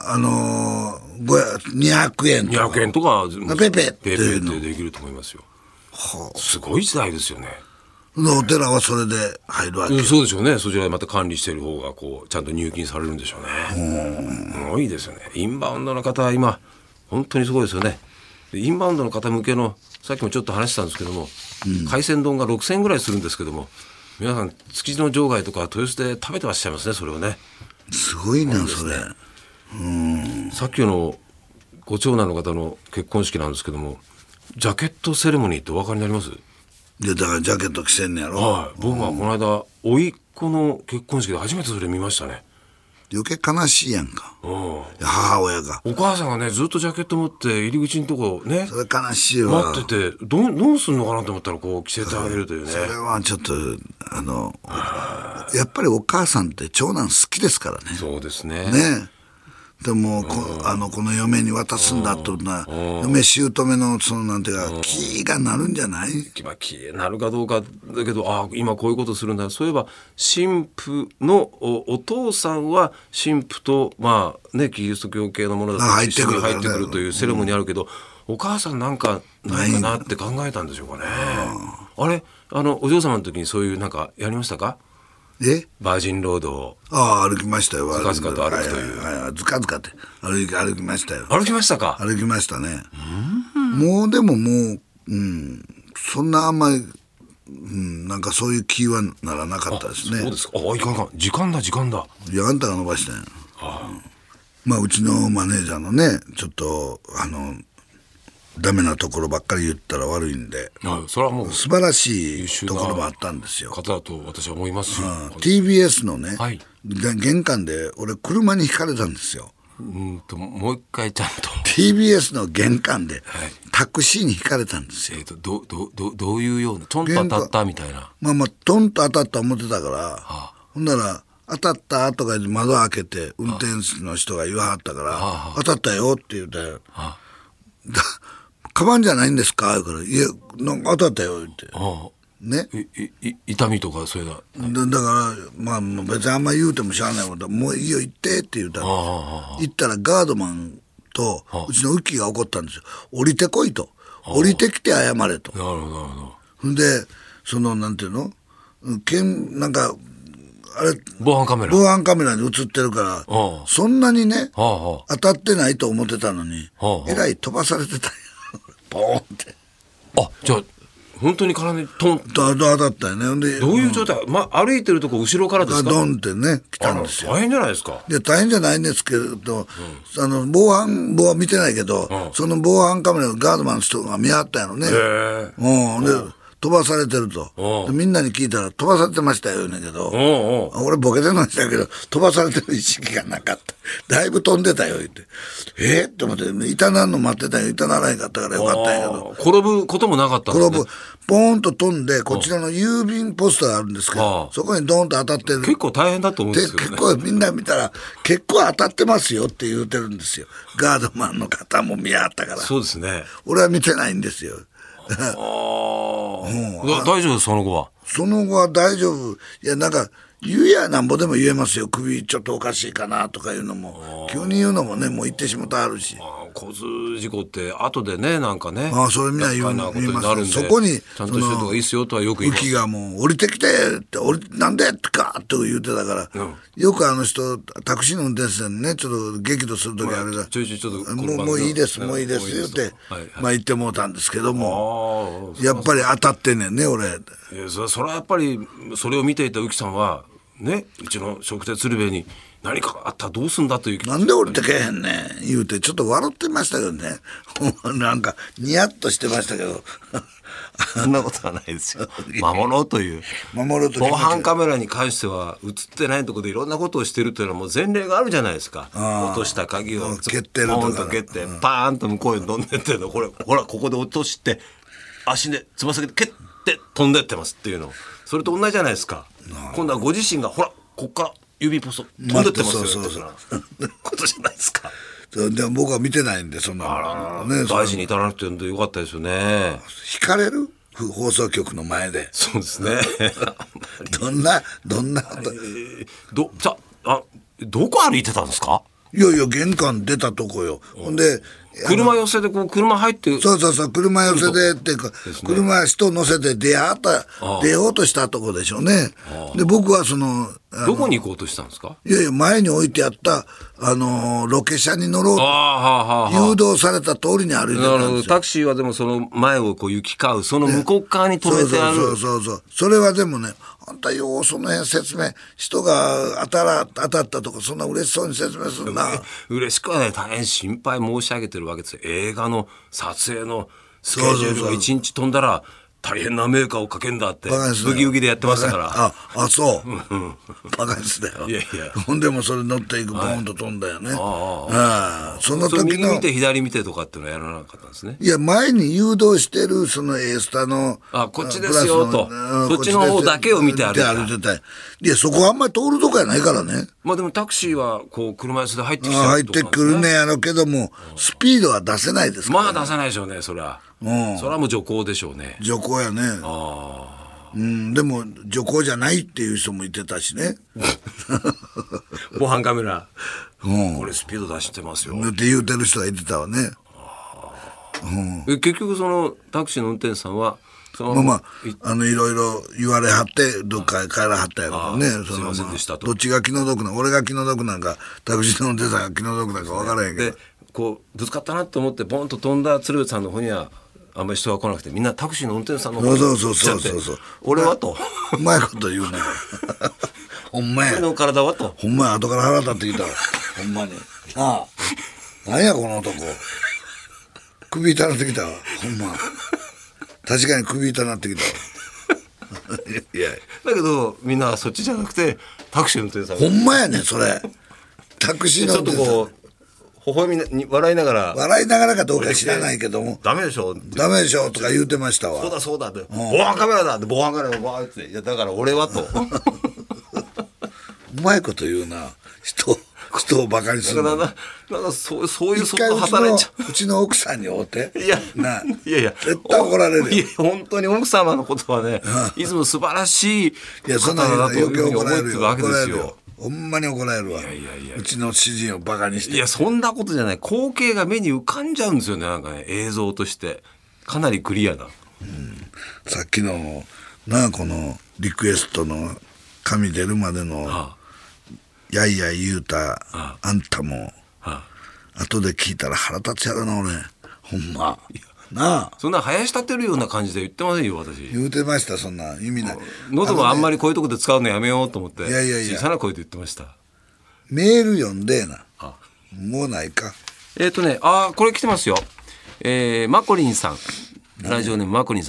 200円とか 200円とかペイペイってできると思いますよ。すごい時代ですよね。 お寺はそれで入るわけ。 そうでしょうね。そちらでまた管理している方がちゃんと入金されるんでしょうね。すごいですよね。インバウンドの方は今本当にすごいですよね。インバウンドの方向けの、さっきもちょっと話したんですけども、海鮮丼が6000円ぐらいするんですけども、皆さん築地の場外とか豊洲で食べてらっしゃいますね、それをね。 すごいな、それ。 さっきのご長男の方の結婚式なんですけども、ジャケットセレモニーってお分かりになります？ いや、だからジャケット着せんねやろ。 僕はこの間甥っ子の結婚式で初めてそれ見ましたね。 余計悲しいやんか。母親が、 お母さんがねずっとジャケット持って入り口のとこね、 それ悲しいわ。 待っててどうすんのかなと思ったら着せてあげるというね。 それはちょっとやっぱりお母さんって長男好きですからね。 そうですね。 でもこの嫁に渡すんだとな、嫁姑のなんていうか気がなるんじゃない？ 気になるかどうかだけど、今こういうことするんだ。そういえば神父の お父さんは神父とキリスト教系のものだと一緒に入ってくるというセレモニーあるけど、お母さんなんかないかなって考えたんでしょうかね。あれお嬢様の時にそういうなんかやりましたか？バージンロードを歩きましたよ。 ずかずかと歩くという、 ずかずかって歩きましたよ。 歩きましたか？ 歩きましたね。もうでもそんなあんまり、なんかそういう気はならなかったですね。 そうですか。いかん時間だ。 いや、あんたが伸ばしたんや。うちのマネージャーのね、ちょっとダメなところばっかり言ったら悪いんで、 それはもう素晴らしいところもあったんですよ。 方だと私は思いますよ。 TBS のね、玄関で俺車にひかれたんですよ。 もう一回ちゃんと TBS の玄関でタクシーにひかれたんですよ。 どういうような、トンと当たったみたいな。 トンと当たった思ってたから、ほんなら当たったとかで窓開けて運転手の人が言わはったから、当たったよって言うて、カバンじゃないんですか？から、いや、なんか当たったよって。ね。 痛みとかそういうの。 だから別にあんま言うてもしゃあないこと、もういいよ行ってって言うたら、行ったらガードマンとうちのウッキーが怒ったんですよ。降りてこいと。降りてきて謝れと。 なるほど。 ほんでなんていうの、なんかあれ防犯カメラに映ってるから、そんなにね、当たってないと思ってたのに、えらい飛ばされてたよ。ボーンって。 じゃあ本当に体にトンと当たったよね。でどういう状態？歩いてるとこ後ろからですか？ ドンってね来たんですよ。 大変じゃないですか。 いや大変じゃないんですけど、防犯は見てないけど、その防犯カメラのガードマンの人が見張ったんやろね。で飛飛ばされてると。みんなに聞いたら飛ばされてましたよねんけど、俺ボケてましたけど、飛ばされてる意識がなかった。だいぶ飛んでたよ、言って。って思って、痛なるの待ってたよ。痛ならへんかったからよかったんやけど。 転ぶこともなかったんですね。 ポーンと飛んで、こちらの郵便ポストがあるんですけど、そこにドーンと当たってる。 結構大変だと思うんですけどね。 結構みんな見たら、結構当たってますよって言うてるんですよ。ガードマンの方も見やったから。 そうですね。 俺は見てないんですよ。 大丈夫その後は。 その後は大丈夫。いや、なんか、言えやなんぼでも言えますよ。首ちょっとおかしいかなとかいうのも。急に言うのもね、もう言ってしもたあるし。 交通事故って後でね、なんかね。 それみんな言いますね。そこに、 ちゃんとしてるとかいいっすよとはよく言います。 浮きがもう降りてきてって、なんでってかって言うてたから、よくあの人、タクシーの運転手さんにね、ちょっと激怒するときあれだ。 ちょっともういいです、もういいです言って、言ってもうたんですけども、やっぱり当たってんねんね、俺。 それはやっぱり、それを見ていた浮さんは、ね、うちの食鉄鶴瓶に何かあったらどうすんだという。 なんで降りてけへんねん言うてちょっと笑ってましたけどね。なんかニヤッとしてましたけど。 そんなことはないですよ。守ろうという。防犯カメラに関しては映ってないところでいろんなことをしてるというのはもう前例があるじゃないですか。落とした鍵を蹴ってるとかポンと蹴ってパーンと向こうに飛んでってるの、これほらここで落として足でつま先で蹴って飛んでってますっていうの、それと同じじゃないですか。今度はご自身がほらこっから郵便ポスト飛んでってますよってことじゃないですか。 でも僕は見てないんでそんなね、大事に至らなくてよかったですよね。 惹かれる放送局の前で。 そうですね。 どんなどこ歩いてたんですか。 いやいや玄関出たとこよ。ほんで車寄せでこう車入ってそう車寄せでっていうか、車人乗せて出ようとしたとこでしょうね。で僕はどこに行こうとしたんですか。 いやいや前に置いてあったロケ車に乗ろうと誘導された通りに歩いてたんですよ。 タクシーはでもその前をこう行き交うその向こう側に止めてある。 そうそれはでもね、あんたようその辺説明、人が当たったとかそんな嬉しそうに説明するな。 嬉しくはね、大変心配申し上げてるわけですよ。映画の撮影のスケジュールが1日飛んだら大変なメーカーをかけんだってブギウギでやってましたから。 そうバカにすだよ。いやほんでもそれ乗っていくボーンと飛んだよね。その時の右見て左見てとかっていうのはやらなかったんですね。 いや前に誘導してるそのAスタのこっちですよとそっちの方だけを見て歩いてた。 いやそこあんまり通るとこやないからね。 まあでもタクシーはこう車椅子で入ってきちゃうとか、ね、入ってくるねやろけどもスピードは出せないですから、 まあ出せないでしょうねそれは。それはもう徐行でしょうね。 徐行やね。でも徐行じゃないっていう人もいてたしね。 防犯カメラ、これスピード出してますよって言うてる人がいてたわね。 結局そのタクシーの運転手さんはいろいろ言われはってどっかへ帰らはったやろね。 すいませんでしたと。 どっちが気の毒な俺が気の毒なんかタクシーの運転手さんが気の毒なんか分からへんけど、 でこうぶつかったなと思ってボンと飛んだ鶴瓶さんの方にはあんまり人が来なくてみんなタクシーの運転手さんの方に来ちゃって俺はとうまいこと言うね。ほんまや。 俺の体はとほんまや。後から腹立ってきたわ。ほんまになんやこの男首痛なってきたわ。ほんま確かに首痛なってきたわ。いやだけどみんなそっちじゃなくてタクシーの運転手さんほんまやねそれ。タクシーの運転手さんちょっとこう微笑みに笑いながらかどうか知らないけどもダメでしょとか言うてましたわ。 そうだって防犯カメラだって防犯カメラバーっていやだから俺はとうまいこと言うな。人をバカにするなんかそういうそっと働いちゃうちの奥さんに会うていや絶対怒られるよ。 いや本当に奥様のことはねいつも素晴らしい方だなというふうに思ってるわけですよ。 ほんまに怒られるわ。うちの主人をバカにして。 いやそんなことじゃない。光景が目に浮かんじゃうんですよね。なんかね映像としてかなりクリアな、 さっきのこのリクエストの紙出るまでのやいや言うたあんたも後で聞いたら腹立つやろな俺。ほんまそんな林立てるような感じで言ってませんよ私。 言うてました。そんな意味ない。 喉もあんまりこういうとこで使うのやめようと思って小さな声で言ってました。 メール読んでもうないか。 これ来てますよ。マコリンさんラジオネームマコリンさん。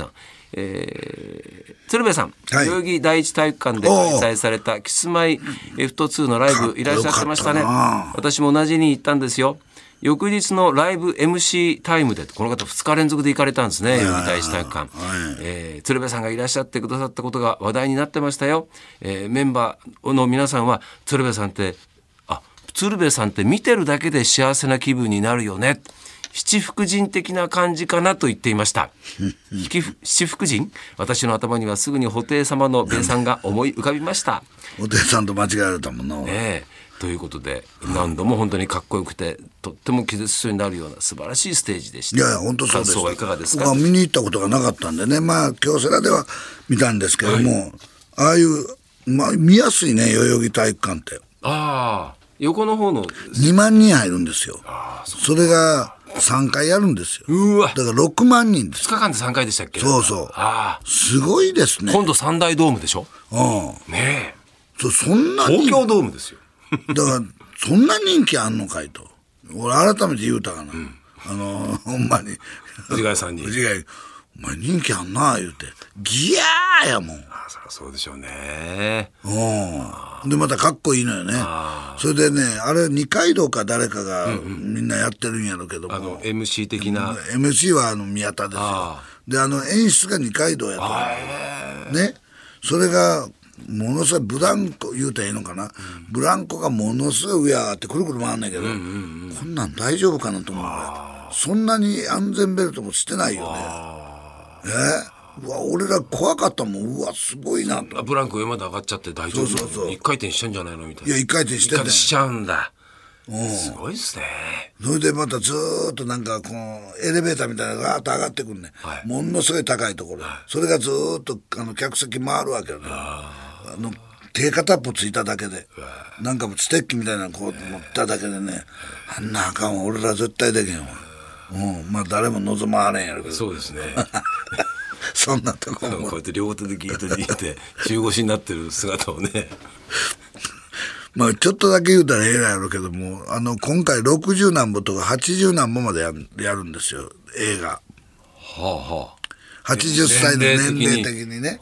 鶴瓶さん、代々木第一体育館で開催されたキスマイ F2 のライブいらっしゃってましたね。私も同じに行ったんですよ。翌日のライブ MC タイムでこの方2日連続で行かれたんですね、代々木第一体育館。鶴瓶さんがいらっしゃってくださったことが話題になってましたよ。メンバーの皆さんは鶴瓶さんって見てるだけで幸せな気分になるよね、七福神的な感じかなと言っていました。七福神、私の頭にはすぐに布袋様のべいさんが思い浮かびました。 布袋さんと間違えられたもんな、 ということで何度も本当にかっこよくてとっても気絶しそうになるような素晴らしいステージでした。 いやいや本当そうです。 感想はいかがですか。 僕は見に行ったことがなかったんでね、京セラでは見たんですけども、ああいう、見やすいね、代々木体育館って。 横の方の 2万人入るんですよ。それが3回やるんですよ。 うわ、 だから6万人です。 2日間で3回でしたっけ。 そうそう、すごいですね。 今度3大ドームでしょ。ねえ、そんなに東京ドームですよ。 だからそんな人気あんのかいと俺改めて言うたかな、ほんまに藤ヶ谷さんにお前人気あんな言うてギャーやもん。 そりゃそうでしょうね。 でまたかっこいいのよね。それでね、あれ二階堂か誰かがみんなやってるんやろうけども、 MC 的な MC は宮田ですよ。で演出が二階堂やとね。それがものすごいブランコ言うたらいいのかな、ブランコがものすごい上上がってくるくる回んねんけど、こんなん大丈夫かなと思うぐらい、そんなに安全ベルトもしてないよね。うわ俺ら怖かったもん。うわすごいなと。 ブランコ上まで上がっちゃって大丈夫。そう一回転しちゃうんじゃないのみたいな。 いや一回転してんねん。 しちゃうんだ。すごいですね。 それでまたずーっとなんかこのエレベーターみたいなのがガーッと上がってくるね、ものすごい高いところ、それがずーっと客席回るわけよね。手片っぽついただけでなんかステッキみたいなのこう持っただけでね、あんなあかんわ俺ら絶対できへんわ。誰も望まれんやろけど。 そうですね。 そんなとこもこうやって両手でギーッと握って中腰になってる姿をねちょっとだけ言うたらええやろうけども、今回60何本とか80何本までやるんですよ映画。80歳の年齢的にね。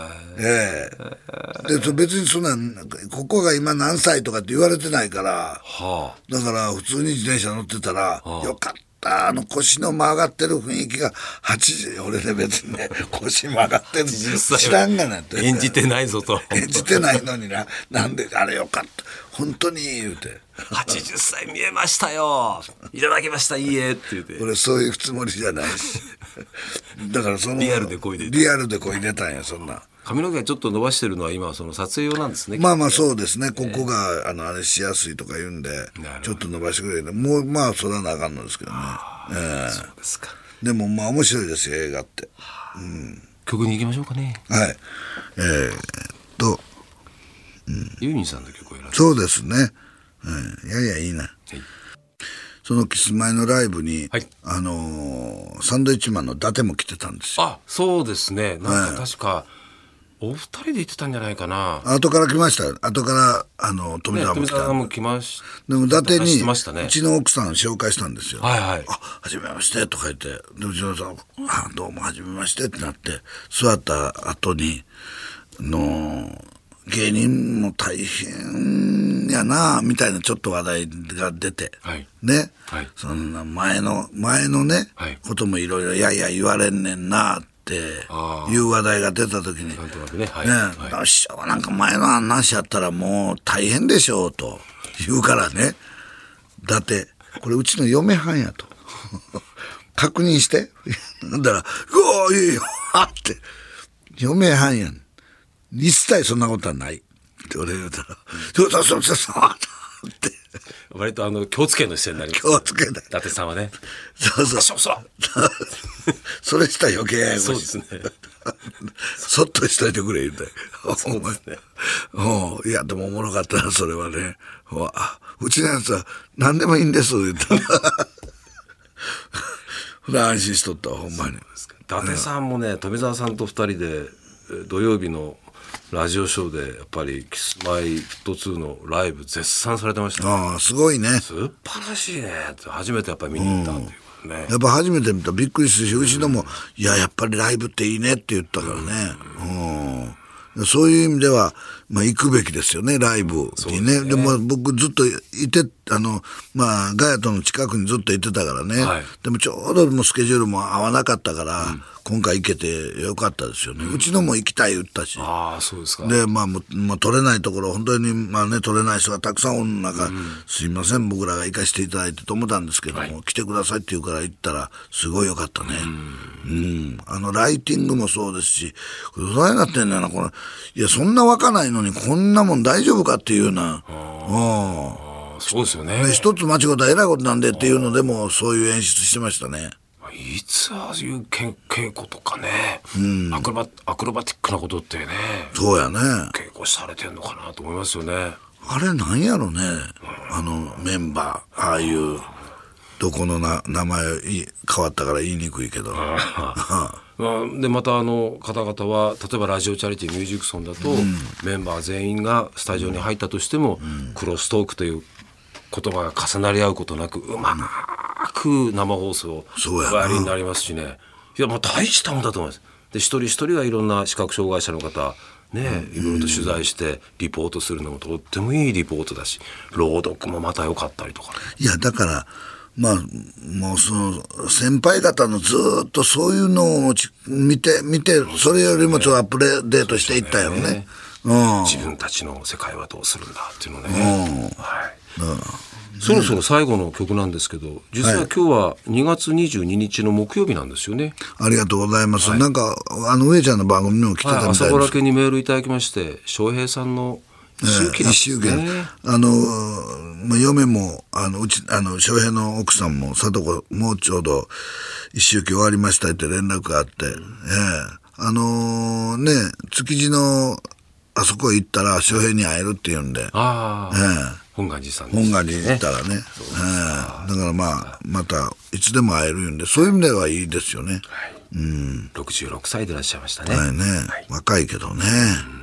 で別にそんなんここが今何歳とかって言われてないから、だから普通に自転車乗ってたらよかった。腰の曲がってる雰囲気が俺ね別にね腰曲がってる知らんがなって演じてないぞと演じてないのになんであれよかった本当に言うて 80歳見えましたよいただきましたいいえって言って俺そういうつもりじゃないしだからリアルで声出たんや。そんな髪の毛がちょっと伸ばしてるのは今その撮影用なんですね。 そうですね。ここがあれしやすいとか言うんでちょっと伸ばしてくれる。もうそれはなあかんのですけどね。 そうですか。 でも面白いですよ映画って。 曲に行きましょうかね。ユーミンさんの曲を選んで。 そうですね。いいな。そのキスマイのライブに、サンドイッチマンの伊達も来てたんですよ。 そうですね。なんか確かお二人で行ってたんじゃないかな。 後から来ましたよ。後から富澤も来た。 富澤も来ました。 でも伊達にうちの奥さん紹介したんですよ。はじめましてとか言って、でうちの奥さんどうもはじめましてってなって座った後に芸人も大変やなみたいなちょっと話題が出て、ね、そんな前のね、こともいろいろ言われんねんなっていう話題が出た時に師匠はなんか前の話やったらもう大変でしょうと言うからね、だってこれうちの嫁はんやと確認してなんだらうわいいよって嫁はんやん一切そんなことはないって俺言うたらそうって割と気をつけの姿勢になります。 気をつけない。 伊達さんはね。 そうそれしたら余計ややこしい。 そうですね。 そっとしといてくれ言うて。 そうですね。 いやでもおもろかったなそれはね。うちのやつは何でもいいんです言った安心しとったほんまに。 伊達さんもね富澤さんと2人で土曜日のラジオショーでやっぱりキスマイフット2のライブ絶賛されてました。 すごいね。 素晴らしいねって初めてやっぱり見に行ったっていうかね。 やっぱ初めて見たらびっくりするし、うちのも、いや、やっぱりライブっていいねって言ったからね。そういう意味では、行くべきですよね、ライブにね。でも僕ずっといて、ガヤとの近くにずっといてたからね。でもちょうどもうスケジュールも合わなかったから、今回行けてよかったですよね。うちのも行きたい言ったし。 そうですか。 で、もう取れないところ、本当に取れない人がたくさんおる中、すいません、僕らが行かせていただいてと思ったんですけども、来てくださいって言うから行ったら、すごいよかったね。ライティングもそうですし、どないなってんだよな、これ。いや、そんな湧かないのに、こんなもん大丈夫かっていうような。 そうですよね。 一つ間違ったらえらいことなんでっていうのでも、そういう演出してましたね。 いつああいう稽古とかね、アクロバティックなことってね、 そうやね。 稽古されてんのかなと思いますよね。 あれなんやろね、メンバー、ああいうどこの名前変わったから言いにくいけど。 でまた方々は例えばラジオチャリティーミュージックソンだと、メンバー全員がスタジオに入ったとしても、クロストークという言葉が重なり合うことなくうまく生放送をおやりになりますしね。いやもう大したもんだと思います。で一人一人がいろんな視覚障害者の方ね、いろいろと取材してリポートするのもとってもいいリポートだし、朗読もまた良かったりとか。 いやだからもうその先輩方のずっとそういうのを見てそれよりもちょっとアップデートしていったよね。 自分たちの世界はどうするんだっていうのね。そろそろ最後の曲なんですけど、実は今日は2月22日の木曜日なんですよね。 ありがとうございます。なんか上ちゃんの番組にも来てたみたいです。 朝倉家にメールいただきまして、翔平さん周期なんですね。 嫁もうち翔平の奥さんも聡子もうちょうど一周期終わりましたって連絡があって、築地のあそこ行ったら翔平に会えるって言うんで、 本願寺さんですね。 本願寺行ったらね、だからまたいつでも会えるんで、そういう意味ではいいですよね。 66歳でいらっしゃいましたね。 若いけどね。